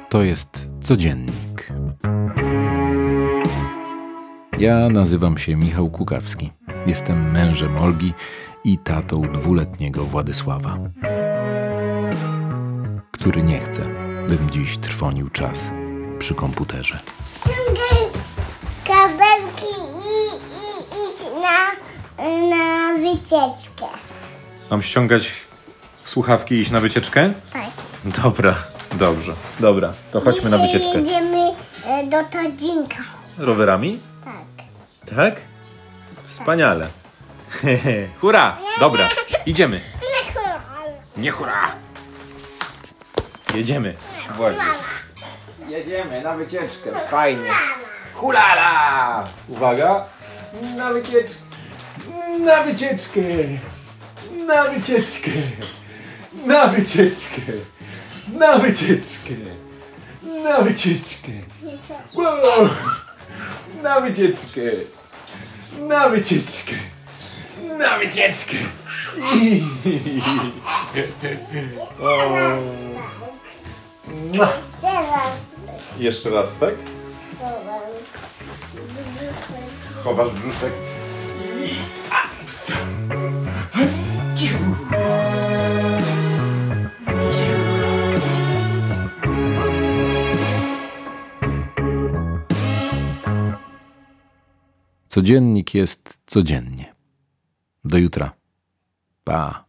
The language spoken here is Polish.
To jest Codziennik. Ja nazywam się Michał Kukawski. Jestem mężem Olgi i tatą 2-letniego Władysława, który nie chce, bym dziś trwonił czas przy komputerze. Ściągaj kabelki i idź na wycieczkę. Mam ściągać słuchawki i iść na wycieczkę? Tak. Dobra, dobrze. Dobra, to chodźmy na wycieczkę. Dzisiaj jedziemy do Tadzinka. Rowerami? Tak. Tak? Wspaniale. Hurra! Dobra, idziemy. Nie hurra! Jedziemy. Właśnie. Jedziemy na wycieczkę. Fajnie. Hulala! Uwaga. Na wycieczkę. Na wycieczkę. Na wycieczkę. Na wycieczkę. Na wycieczkę. Na wycieczkę. Wow. Na wycieczkę. Na wycieczkę. Na wycieczkę. Teraz Jeszcze raz, tak? Chowasz brzuszek. I ups. Codziennik jest codziennie. Do jutra. Pa.